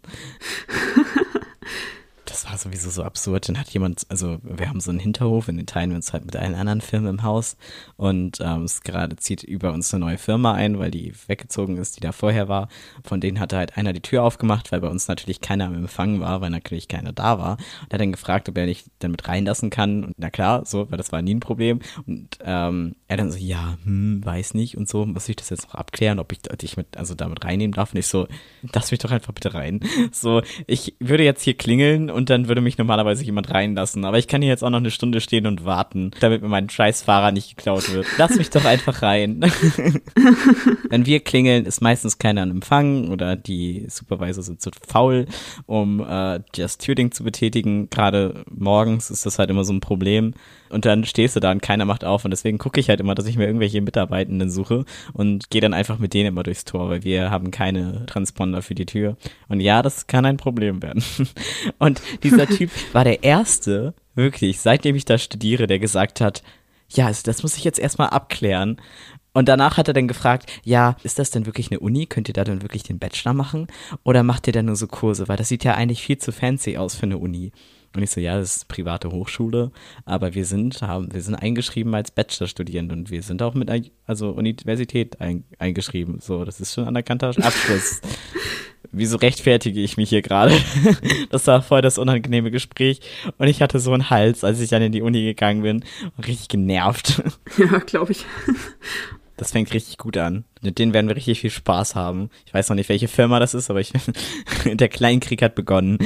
Das war sowieso so absurd. Dann hat jemand, also wir haben so einen Hinterhof, in den teilen wir uns halt mit allen anderen Firmen im Haus und ähm, es gerade zieht über uns eine neue Firma ein, weil die weggezogen ist, die da vorher war. Von denen hatte halt einer die Tür aufgemacht, weil bei uns natürlich keiner am Empfang war, weil natürlich keiner da war. Und er hat dann gefragt, ob er nicht dann mit reinlassen kann und na klar, so, weil das war nie ein Problem. Und ähm, er dann so, ja, hm, weiß nicht und so, muss ich das jetzt noch abklären, ob ich dich mit, also damit reinnehmen darf. Und ich so, lass mich doch einfach bitte rein. So, ich würde jetzt hier klingeln und dann würde mich normalerweise jemand reinlassen. Aber ich kann hier jetzt auch noch eine Stunde stehen und warten, damit mir mein scheiß Fahrer nicht geklaut wird. Lass mich doch einfach rein. Wenn wir klingeln, ist meistens keiner am Empfang oder die Supervisor sind zu faul, um äh, das Türding zu betätigen. Gerade morgens ist das halt immer so ein Problem. Und dann stehst du da und keiner macht auf. Und deswegen gucke ich halt immer, dass ich mir irgendwelche Mitarbeitenden suche und gehe dann einfach mit denen immer durchs Tor, weil wir haben keine Transponder für die Tür. Und ja, das kann ein Problem werden. Und dieser Typ war der Erste, wirklich, seitdem ich da studiere, der gesagt hat, ja, also das muss ich jetzt erstmal abklären. Und danach hat er dann gefragt, ja, ist das denn wirklich eine Uni? Könnt ihr da dann wirklich den Bachelor machen? Oder macht ihr da nur so Kurse? Weil das sieht ja eigentlich viel zu fancy aus für eine Uni. Und ich so, ja, das ist eine private Hochschule, aber wir sind, haben, wir sind eingeschrieben als Bachelorstudierende und wir sind auch mit, also Universität ein, eingeschrieben. So, das ist schon ein anerkannter Abschluss. wieso rechtfertige ich mich hier gerade? Das war voll das unangenehme Gespräch und ich hatte so einen Hals, als ich dann in die Uni gegangen bin. Richtig genervt. Ja, glaube ich. Das fängt richtig gut an. Mit denen werden wir richtig viel Spaß haben. Ich weiß noch nicht, welche Firma das ist, aber ich, der Kleinkrieg hat begonnen.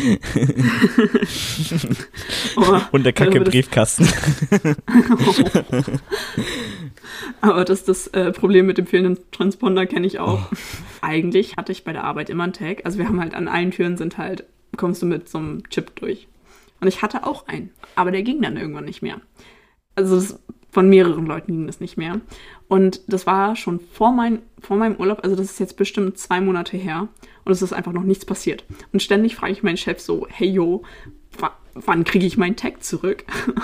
Oh, Hundekacke im Briefkasten. Oh. Aber das, das äh, Problem mit dem fehlenden Transponder kenne ich auch. Oh. Eigentlich hatte ich bei der Arbeit immer einen Tag. Also wir haben halt an allen Türen sind halt, kommst du mit so einem Chip durch. Und ich hatte auch einen, aber der ging dann irgendwann nicht mehr. Also das, von mehreren Leuten ging das nicht mehr. Und das war schon vor, mein, vor meinem Urlaub, also das ist jetzt bestimmt zwei Monate her. Und es ist einfach noch nichts passiert. Und ständig frage ich meinen Chef so, hey yo, w- wann kriege ich meinen Tag zurück?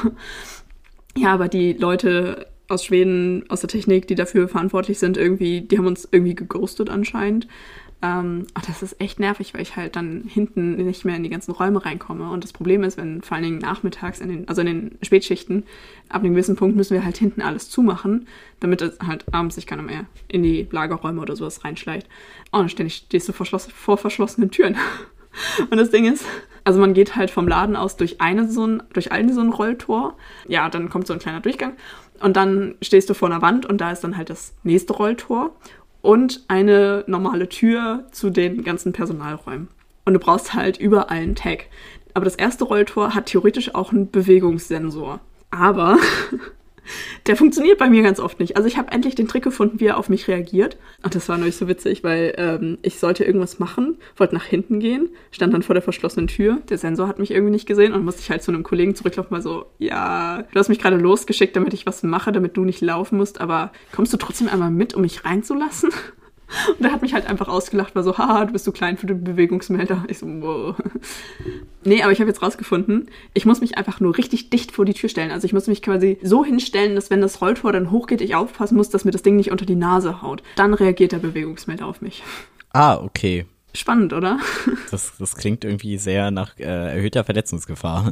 Ja, aber die Leute aus Schweden, aus der Technik, die dafür verantwortlich sind, irgendwie, die haben uns irgendwie geghostet anscheinend. Ähm, ach, das ist echt nervig, weil ich halt dann hinten nicht mehr in die ganzen Räume reinkomme. Und das Problem ist, wenn vor allen Dingen nachmittags, in den, also in den Spätschichten, ab einem gewissen Punkt müssen wir halt hinten alles zumachen, damit es halt abends sich keiner mehr in die Lagerräume oder sowas reinschleicht. Oh, dann ständig stehst du vor, schloss, vor verschlossenen Türen. Und das Ding ist, also man geht halt vom Laden aus durch eine so ein, durch eine so ein Rolltor. Ja, dann kommt so ein kleiner Durchgang. Und dann stehst du vor einer Wand und da ist dann halt das nächste Rolltor. Und eine normale Tür zu den ganzen Personalräumen. Und du brauchst halt überall einen Tag. Aber das erste Rolltor hat theoretisch auch einen Bewegungssensor. Aber der funktioniert bei mir ganz oft nicht. Also ich habe endlich den Trick gefunden, wie er auf mich reagiert. Und das war neulich so witzig, weil ähm, ich sollte irgendwas machen, wollte nach hinten gehen, stand dann vor der verschlossenen Tür. Der Sensor hat mich irgendwie nicht gesehen und musste ich halt zu einem Kollegen zurücklaufen, mal so, ja, du hast mich gerade losgeschickt, damit ich was mache, damit du nicht laufen musst, aber kommst du trotzdem einmal mit, um mich reinzulassen? Und er hat mich halt einfach ausgelacht, war so, haha, du bist zu klein für den Bewegungsmelder. Ich so, wow. Nee, aber ich habe jetzt rausgefunden, ich muss mich einfach nur richtig dicht vor die Tür stellen. Also ich muss mich quasi so hinstellen, dass wenn das Rolltor dann hochgeht, ich aufpassen muss, dass mir das Ding nicht unter die Nase haut. Dann reagiert der Bewegungsmelder auf mich. Ah, okay. Spannend, oder? Das, das klingt irgendwie sehr nach äh, erhöhter Verletzungsgefahr.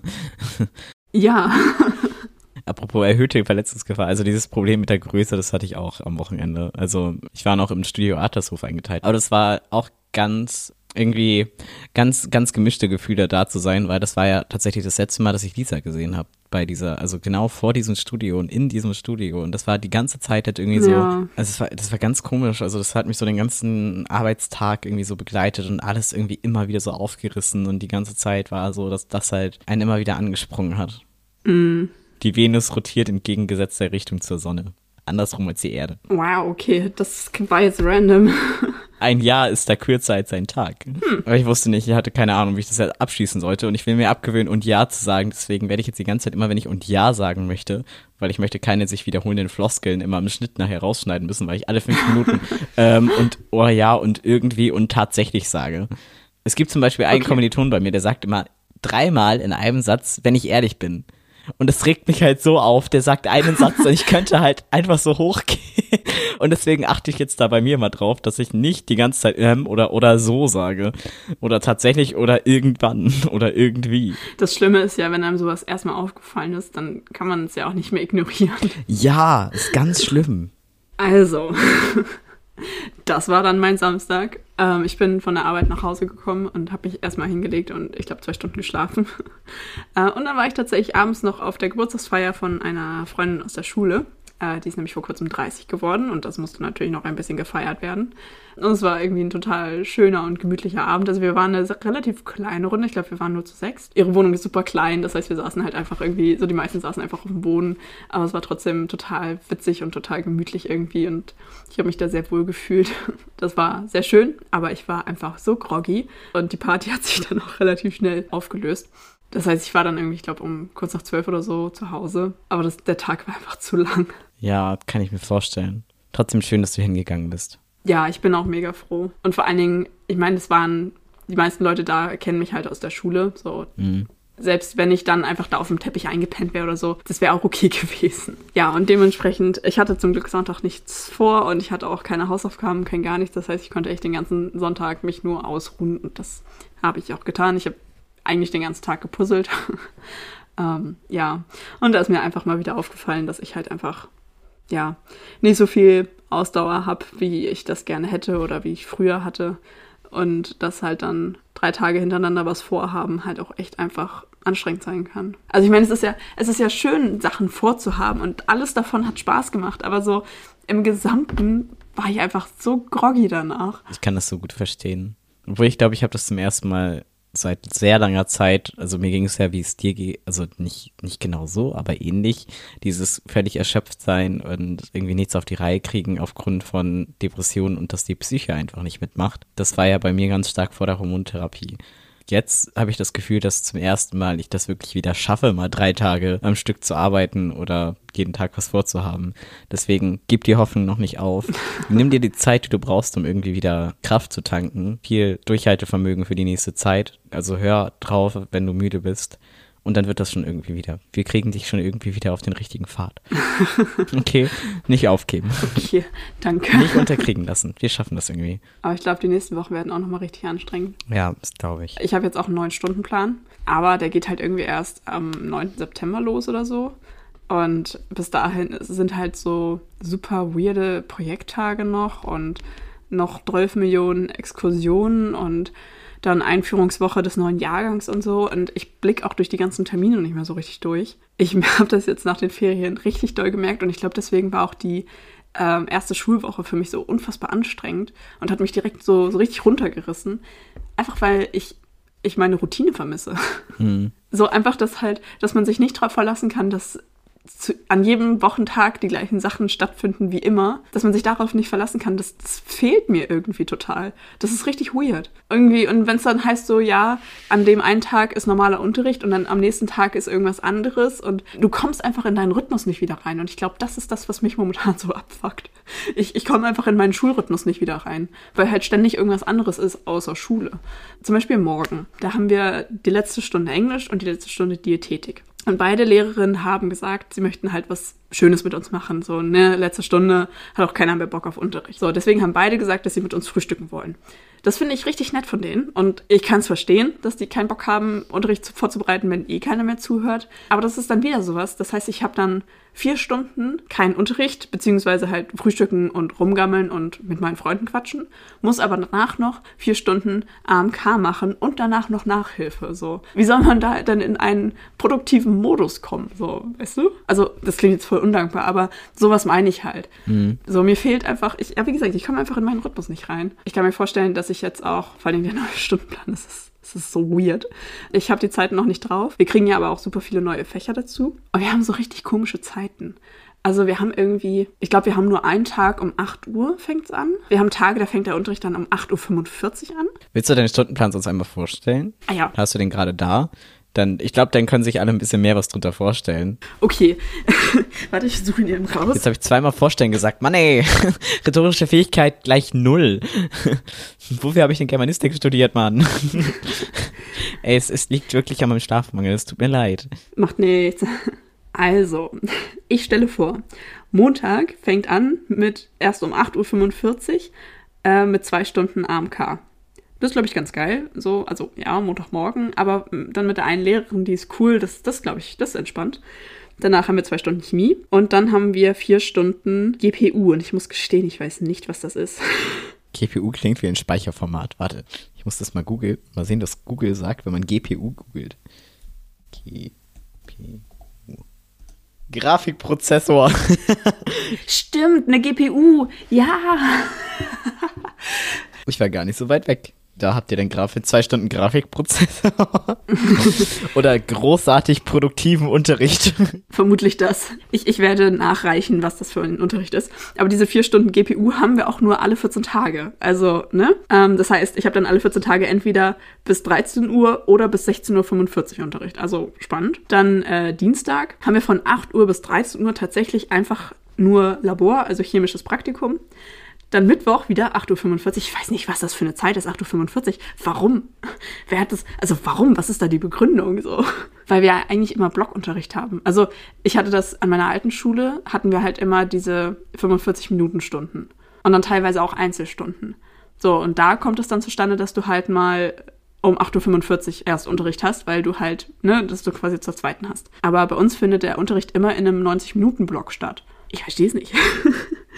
Ja. Apropos erhöhte Verletzungsgefahr, also dieses Problem mit der Größe, das hatte ich auch am Wochenende. Also ich war noch im Studio Artershof eingeteilt, aber das war auch ganz, irgendwie ganz, ganz gemischte Gefühle da zu sein, weil das war ja tatsächlich das letzte Mal, dass ich Lisa gesehen habe bei dieser, also genau vor diesem Studio und in diesem Studio und das war die ganze Zeit halt irgendwie so, ja. also es war, das war ganz komisch, also das hat mich so den ganzen Arbeitstag irgendwie so begleitet und alles irgendwie immer wieder so aufgerissen und die ganze Zeit war so, dass das halt einen immer wieder angesprungen hat. Mhm. Die Venus rotiert entgegengesetzter Richtung zur Sonne. Andersrum als die Erde. Wow, okay, das war jetzt random. Ein Jahr ist da kürzer als ein Tag. Hm. Aber ich wusste nicht, ich hatte keine Ahnung, wie ich das jetzt abschließen sollte. Und ich will mir abgewöhnen, und ja zu sagen. Deswegen werde ich jetzt die ganze Zeit immer, wenn ich und ja sagen möchte, weil ich möchte keine sich wiederholenden Floskeln immer im Schnitt nachher rausschneiden müssen, weil ich alle fünf Minuten ähm, und oh ja und irgendwie und tatsächlich sage. Es gibt zum Beispiel einen okay. Kommiliton bei mir, der sagt immer dreimal in einem Satz, wenn ich ehrlich bin. Und das regt mich halt so auf, der sagt einen Satz und ich könnte halt einfach so hochgehen. Und deswegen achte ich jetzt da bei mir mal drauf, dass ich nicht die ganze Zeit ähm oder oder so sage. Oder tatsächlich oder irgendwann oder irgendwie. Das Schlimme ist ja, wenn einem sowas erstmal aufgefallen ist, dann kann man es ja auch nicht mehr ignorieren. Ja, ist ganz schlimm. Also, das war dann mein Samstag. Ähm, ich bin von der Arbeit nach Hause gekommen und habe mich erstmal hingelegt und ich glaube zwei Stunden geschlafen. äh, und dann war ich tatsächlich abends noch auf der Geburtstagsfeier von einer Freundin aus der Schule. Äh, die ist nämlich vor kurzem dreißig geworden und das musste natürlich noch ein bisschen gefeiert werden. Und es war irgendwie ein total schöner und gemütlicher Abend. Also wir waren eine relativ kleine Runde. Ich glaube, wir waren nur zu sechs. Ihre Wohnung ist super klein. Das heißt, wir saßen halt einfach irgendwie, so die meisten saßen einfach auf dem Boden. Aber es war trotzdem total witzig und total gemütlich irgendwie. Und ich habe mich da sehr wohl gefühlt. Das war sehr schön, aber ich war einfach so groggy. Und die Party hat sich dann auch relativ schnell aufgelöst. Das heißt, ich war dann irgendwie, ich glaube, um kurz nach zwölf oder so zu Hause. Aber das, der Tag war einfach zu lang. Ja, kann ich mir vorstellen. Trotzdem schön, dass du hingegangen bist. Ja, ich bin auch mega froh. Und vor allen Dingen, ich meine, es waren, die meisten Leute da kennen mich halt aus der Schule. So, mhm. Selbst wenn ich dann einfach da auf dem Teppich eingepennt wäre oder so, das wäre auch okay gewesen. Ja, und dementsprechend, ich hatte zum Glück Sonntag nichts vor und ich hatte auch keine Hausaufgaben, kein gar nichts. Das heißt, ich konnte echt den ganzen Sonntag mich nur ausruhen und das habe ich auch getan. Ich habe eigentlich den ganzen Tag gepuzzelt. ähm, ja, und da ist mir einfach mal wieder aufgefallen, dass ich halt einfach, ja, nicht so viel Ausdauer habe, wie ich das gerne hätte oder wie ich früher hatte. und dass halt dann drei Tage hintereinander was vorhaben halt auch echt einfach anstrengend sein kann. Also ich meine, es ist ja, es ist ja schön, Sachen vorzuhaben und alles davon hat Spaß gemacht, aber so im Gesamten war ich einfach so groggy danach. Ich kann das so gut verstehen. Obwohl ich glaube, ich habe das zum ersten Mal seit sehr langer Zeit, also mir ging es ja, wie es dir geht, also nicht, nicht genau so, aber ähnlich, dieses völlig erschöpft sein und irgendwie nichts auf die Reihe kriegen aufgrund von Depressionen und dass die Psyche einfach nicht mitmacht. Das war ja bei mir ganz stark vor der Hormontherapie. Jetzt habe ich das Gefühl, dass zum ersten Mal ich das wirklich wieder schaffe, mal drei Tage am Stück zu arbeiten oder jeden Tag was vorzuhaben. Deswegen gib die Hoffnung noch nicht auf. Nimm dir die Zeit, die du brauchst, um irgendwie wieder Kraft zu tanken. Viel Durchhaltevermögen für die nächste Zeit. Also hör drauf, wenn du müde bist. Und dann wird das schon irgendwie wieder. Wir kriegen dich schon irgendwie wieder auf den richtigen Pfad. Okay, nicht aufgeben. Okay, danke. Nicht unterkriegen lassen. Wir schaffen das irgendwie. Aber ich glaube, die nächsten Wochen werden auch nochmal richtig anstrengend. Ja, das glaube ich. Ich habe jetzt auch einen neun Stunden Plan, aber der geht halt irgendwie erst am neunten September los oder so. Und bis dahin sind halt so super weirde Projekttage noch und noch zwölf Millionen Exkursionen und dann Einführungswoche des neuen Jahrgangs und so. Und ich blicke auch durch die ganzen Termine nicht mehr so richtig durch. Ich habe das jetzt nach den Ferien richtig doll gemerkt und ich glaube, deswegen war auch die ähm, erste Schulwoche für mich so unfassbar anstrengend und hat mich direkt so, so richtig runtergerissen. Einfach weil ich, ich meine Routine vermisse. Mhm. So einfach, dass halt, dass man sich nicht darauf verlassen kann, dass zu, an jedem Wochentag die gleichen Sachen stattfinden wie immer, dass man sich darauf nicht verlassen kann, das, das fehlt mir irgendwie total. Das ist richtig weird. Irgendwie, und wenn es dann heißt so, ja, an dem einen Tag ist normaler Unterricht und dann am nächsten Tag ist irgendwas anderes und du kommst einfach in deinen Rhythmus nicht wieder rein. Und ich glaube, das ist das, was mich momentan so abfuckt. Ich, ich komme einfach in meinen Schulrhythmus nicht wieder rein, weil halt ständig irgendwas anderes ist außer Schule. Zum Beispiel morgen. Da haben wir die letzte Stunde Englisch und die letzte Stunde Diätetik. Und beide Lehrerinnen haben gesagt, sie möchten halt was Schönes mit uns machen. So, ne, letzte Stunde hat auch keiner mehr Bock auf Unterricht. So, deswegen haben beide gesagt, dass sie mit uns frühstücken wollen. Das finde ich richtig nett von denen. Und ich kann es verstehen, dass die keinen Bock haben, Unterricht vorzubereiten, wenn eh keiner mehr zuhört. Aber das ist dann wieder sowas. Das heißt, ich habe dann vier Stunden keinen Unterricht, beziehungsweise halt frühstücken und rumgammeln und mit meinen Freunden quatschen, muss aber danach noch vier Stunden A M K machen und danach noch Nachhilfe. So, wie soll man da dann in einen produktiven Modus kommen? So, weißt du? Also, das klingt jetzt voll undankbar, aber sowas meine ich halt. Mhm. So, mir fehlt einfach, ich, ja, wie gesagt, ich komme einfach in meinen Rhythmus nicht rein. Ich kann mir vorstellen, dass ich jetzt auch, vor allem der neue Stundenplan, das ist Das ist so weird. Ich habe die Zeiten noch nicht drauf. Wir kriegen ja aber auch super viele neue Fächer dazu. Und wir haben so richtig komische Zeiten. Also wir haben irgendwie, ich glaube, wir haben nur einen Tag um acht Uhr fängt's an. Wir haben Tage, da fängt der Unterricht dann um acht Uhr fünfundvierzig an. Willst du deinen Stundenplan sonst einmal vorstellen? Ah ja. Hast du den gerade da? Dann, ich glaube, dann können sich alle ein bisschen mehr was drunter vorstellen. Okay. Warte, ich suche ihn eben raus. Jetzt habe ich zweimal vorstellen gesagt. Mann ey, rhetorische Fähigkeit gleich null. Wofür habe ich denn Germanistik studiert, Mann? Ey, es, es liegt wirklich an meinem Schlafmangel. Es tut mir leid. Macht nichts. Also, ich stelle vor, Montag fängt an mit erst um acht Uhr fünfundvierzig äh, mit zwei Stunden A M K. Das ist, glaube ich, ganz geil. So, also ja, Montagmorgen, aber dann mit der einen Lehrerin, die ist cool, das, das glaube ich, das ist entspannt. Danach haben wir zwei Stunden Chemie und dann haben wir vier Stunden G P U und ich muss gestehen, ich weiß nicht, was das ist. G P U klingt wie ein Speicherformat. Warte, ich muss das mal googeln. Mal sehen, was Google sagt, wenn man G P U googelt. G P U. Grafikprozessor. Stimmt, eine G P U. Ja. Ich war gar nicht so weit weg. Da habt ihr den Grafik, zwei Stunden Grafikprozessor. Oder großartig produktiven Unterricht. Vermutlich das. Ich, ich werde nachreichen, was das für ein Unterricht ist. Aber diese vier Stunden G P U haben wir auch nur alle vierzehn Tage. Also, ne? Ähm, das heißt, ich habe dann alle vierzehn Tage entweder bis dreizehn Uhr oder bis sechzehn Uhr fünfundvierzig Unterricht. Also spannend. Dann äh, Dienstag haben wir von acht Uhr bis dreizehn Uhr tatsächlich einfach nur Labor, also chemisches Praktikum. Dann Mittwoch wieder acht Uhr fünfundvierzig. Ich weiß nicht, was das für eine Zeit ist, acht Uhr fünfundvierzig. Warum? Wer hat das? Also warum? Was ist da die Begründung? So? Weil wir eigentlich immer Blockunterricht haben. Also ich hatte das an meiner alten Schule, hatten wir halt immer diese fünfundvierzig-Minuten-Stunden. Und dann teilweise auch Einzelstunden. So, und da kommt es dann zustande, dass du halt mal um acht Uhr fünfundvierzig erst Unterricht hast, weil du halt, ne, dass du quasi zur zweiten hast. Aber bei uns findet der Unterricht immer in einem neunzig-Minuten-Block statt. Ich verstehe es nicht.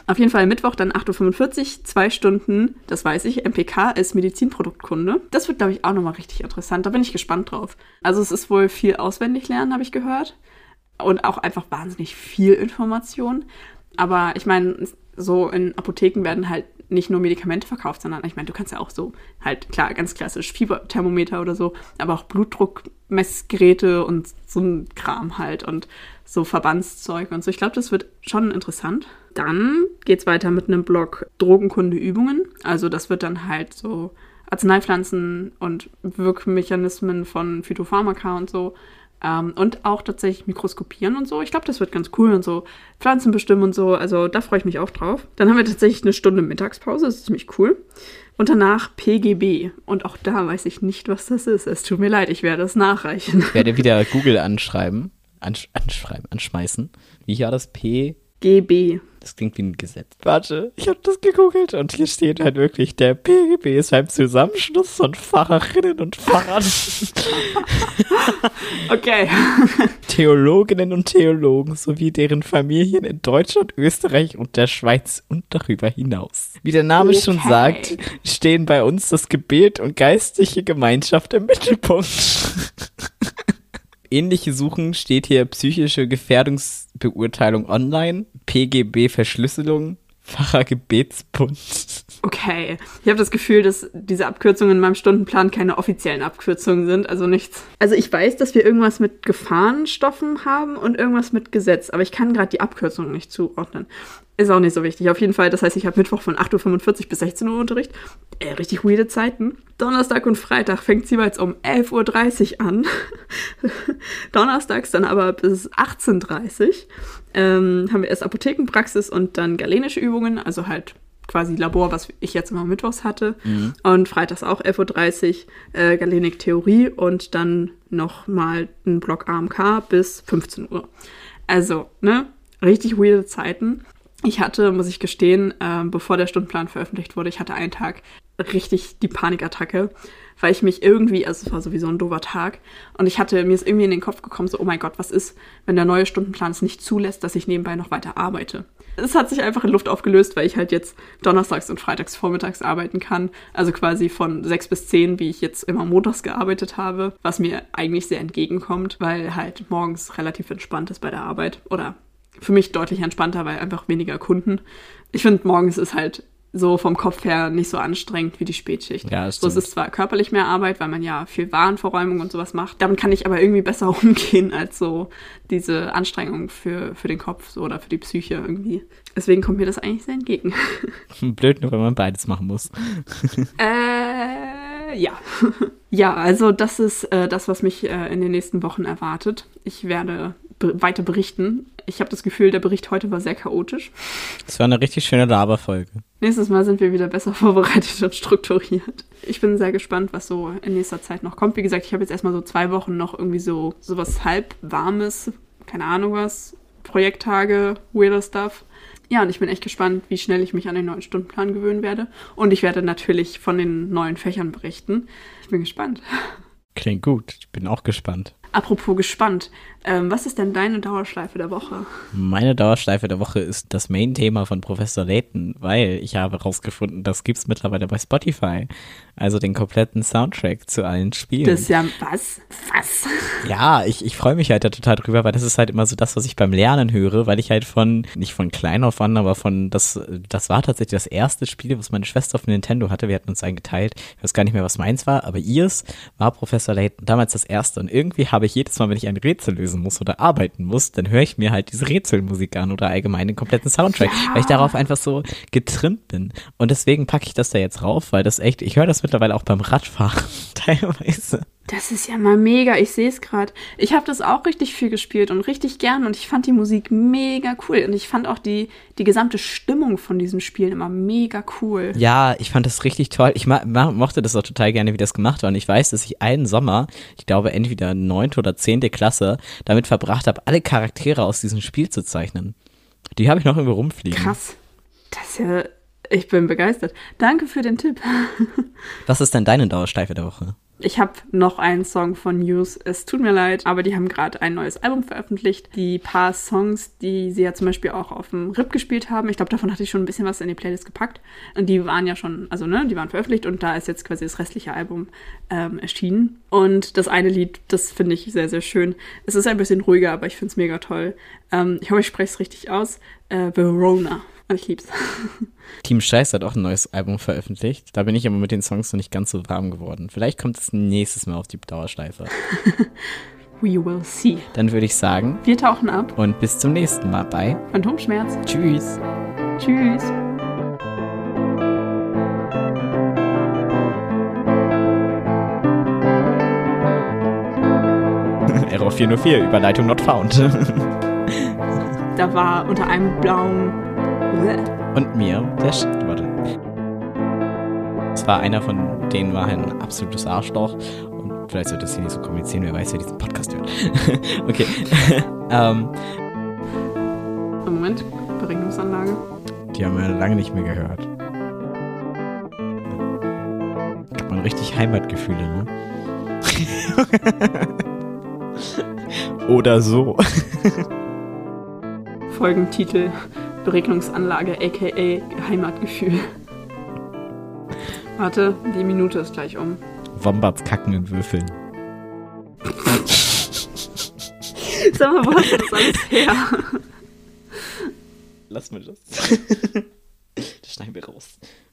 Auf jeden Fall Mittwoch dann acht Uhr fünfundvierzig, zwei Stunden, das weiß ich, M P K ist Medizinproduktkunde. Das wird, glaube ich, auch nochmal richtig interessant. Da bin ich gespannt drauf. Also es ist wohl viel auswendig lernen, habe ich gehört. Und auch einfach wahnsinnig viel Information. Aber ich meine, so in Apotheken werden halt nicht nur Medikamente verkauft, sondern ich meine, du kannst ja auch so halt, klar, ganz klassisch Fieberthermometer oder so, aber auch Blutdruckmessgeräte und so ein Kram halt und so Verbandszeug und so. Ich glaube, das wird schon interessant. Dann geht's weiter mit einem Blog Drogenkunde-Übungen. Also das wird dann halt so Arzneipflanzen und Wirkmechanismen von Phytopharmaka und so. Ähm, und auch tatsächlich Mikroskopieren und so. Ich glaube, das wird ganz cool und so Pflanzen bestimmen und so. Also da freue ich mich auch drauf. Dann haben wir tatsächlich eine Stunde Mittagspause. Das ist ziemlich cool. Und danach P G B. Und auch da weiß ich nicht, was das ist. Es tut mir leid, ich werde es nachreichen. Ich werde wieder Google anschreiben. Ansch- anschreiben, anschmeißen. Wie war das? P G B. Das klingt wie ein Gesetz. Warte, ich habe das gegoogelt und hier steht halt wirklich, der P G B ist ein Zusammenschluss von Pfarrerinnen und Pfarrern. Okay. Theologinnen und Theologen sowie deren Familien in Deutschland, Österreich und der Schweiz und darüber hinaus. Wie der Name Okay. schon sagt, stehen bei uns das Gebet und geistliche Gemeinschaft im Mittelpunkt. Ähnliche Suchen steht hier psychische Gefährdungsbeurteilung online, P G B-Verschlüsselung, Pfarrergebetsbund. Okay. Ich habe das Gefühl, dass diese Abkürzungen in meinem Stundenplan keine offiziellen Abkürzungen sind, also nichts. Also ich weiß, dass wir irgendwas mit Gefahrenstoffen haben und irgendwas mit Gesetz, aber ich kann gerade die Abkürzungen nicht zuordnen. Ist auch nicht so wichtig. Auf jeden Fall, das heißt, ich habe Mittwoch von acht Uhr fünfundvierzig bis sechzehn Uhr Unterricht. Äh, richtig weirde Zeiten. Donnerstag und Freitag fängt sie jeweils um elf Uhr dreißig an. Donnerstags dann aber bis achtzehn Uhr dreißig. Ähm, haben wir erst Apothekenpraxis und dann galenische Übungen, also halt quasi Labor, was ich jetzt immer mittwochs hatte. Mhm. Und freitags auch elf Uhr dreißig, äh, Galenik Theorie und dann nochmal ein Block A M K bis fünfzehn Uhr. Also, ne, richtig weirde Zeiten. Ich hatte, muss ich gestehen, äh, bevor der Stundenplan veröffentlicht wurde, ich hatte einen Tag richtig die Panikattacke, weil ich mich irgendwie, also es war sowieso ein doofer Tag, und ich hatte, mir ist irgendwie in den Kopf gekommen, so, oh mein Gott, was ist, wenn der neue Stundenplan es nicht zulässt, dass ich nebenbei noch weiter arbeite? Es hat sich einfach in Luft aufgelöst, weil ich halt jetzt donnerstags und freitags vormittags arbeiten kann, also quasi von sechs bis zehn, wie ich jetzt immer montags gearbeitet habe, was mir eigentlich sehr entgegenkommt, weil halt morgens relativ entspannt ist bei der Arbeit, oder für mich deutlich entspannter, weil einfach weniger Kunden. Ich finde, morgens ist halt so vom Kopf her nicht so anstrengend wie die Spätschicht. Ja, so, es ist zwar körperlich mehr Arbeit, weil man ja viel Warenverräumung und sowas macht. Damit kann ich aber irgendwie besser umgehen als so diese Anstrengung für, für den Kopf so, oder für die Psyche irgendwie. Deswegen kommt mir das eigentlich sehr entgegen. Blöd nur, wenn man beides machen muss. äh, ja. Ja, also das ist äh, das, was mich äh, in den nächsten Wochen erwartet. Ich werde be- weiter berichten. Ich habe das Gefühl, der Bericht heute war sehr chaotisch. Das war eine richtig schöne Laberfolge. Nächstes Mal sind wir wieder besser vorbereitet und strukturiert. Ich bin sehr gespannt, was so in nächster Zeit noch kommt. Wie gesagt, ich habe jetzt erstmal so zwei Wochen noch irgendwie so sowas halb warmes, keine Ahnung was, Projekttage, weirder Stuff. Ja, und ich bin echt gespannt, wie schnell ich mich an den neuen Stundenplan gewöhnen werde. Und ich werde natürlich von den neuen Fächern berichten. Ich bin gespannt. Klingt gut. Ich bin auch gespannt. Apropos gespannt, ähm, was ist denn deine Dauerschleife der Woche? Meine Dauerschleife der Woche ist das Main-Thema von Professor Layton, weil ich habe herausgefunden, das gibt's mittlerweile bei Spotify. Also den kompletten Soundtrack zu allen Spielen. Das ist ja, was? Was? Ja, ich, ich freue mich halt da total drüber, weil das ist halt immer so das, was ich beim Lernen höre, weil ich halt von, nicht von klein auf an, aber von, das, das war tatsächlich das erste Spiel, was meine Schwester auf dem Nintendo hatte. Wir hatten uns einen geteilt. Ich weiß gar nicht mehr, was meins war, aber ihrs war Professor Layton damals das erste. Und irgendwie habe ich jedes Mal, wenn ich ein Rätsel lösen muss oder arbeiten muss, dann höre ich mir halt diese Rätselmusik an oder allgemein den kompletten Soundtrack, ja, weil ich darauf einfach so getrimmt bin. Und deswegen packe ich das da jetzt rauf, weil das echt, ich höre das mittlerweile auch beim Radfahren teilweise. Das ist ja mal mega, ich sehe es gerade. Ich habe das auch richtig viel gespielt und richtig gern und ich fand die Musik mega cool und ich fand auch die, die gesamte Stimmung von diesen Spielen immer mega cool. Ja, ich fand das richtig toll. Ich ma- ma- mochte das auch total gerne, wie das gemacht war und ich weiß, dass ich einen Sommer, ich glaube entweder neunte oder zehnte Klasse, damit verbracht habe, alle Charaktere aus diesem Spiel zu zeichnen. Die habe ich noch irgendwo rumfliegen. Krass. Das ist ja, ich bin begeistert. Danke für den Tipp. Was ist denn deine Dauerschleife der Woche? Ich habe noch einen Song von Muse, es tut mir leid, aber die haben gerade ein neues Album veröffentlicht. Die paar Songs, die sie ja zum Beispiel auch auf dem R I P gespielt haben, ich glaube, davon hatte ich schon ein bisschen was in die Playlist gepackt. Und die waren ja schon, also ne, die waren veröffentlicht und da ist jetzt quasi das restliche Album ähm, erschienen. Und das eine Lied, das finde ich sehr, sehr schön. Es ist ein bisschen ruhiger, aber ich finde es mega toll. Ähm, ich hoffe, ich spreche es richtig aus. Äh, Verona. Ich lieb's. Team Scheiß hat auch ein neues Album veröffentlicht. Da bin ich aber mit den Songs noch nicht ganz so warm geworden. Vielleicht kommt es nächstes Mal auf die Dauerschleife. We will see. Dann würde ich sagen, wir tauchen ab. Und bis zum nächsten Mal bei Phantomschmerz. Tschüss. Tschüss. Error vier null vier, Überleitung not found. Da war unter einem blauen... Und mir, der Sch warte. Es war einer von denen, war ein absolutes Arschloch. Und vielleicht sollte das hier nicht so kommunizieren, wer weiß, wer diesen Podcast hört. Okay. ähm. Moment, Beregnungsanlage. Die haben wir lange nicht mehr gehört. Da hat man richtig Heimatgefühle, ne? Oder so. Folgentitel: Beregnungsanlage, aka Heimatgefühl. Warte, die Minute ist gleich um. Wombats kacken und würfeln. Sag mal, wo hast du das alles her? Lass mir das. Das schneiden wir raus.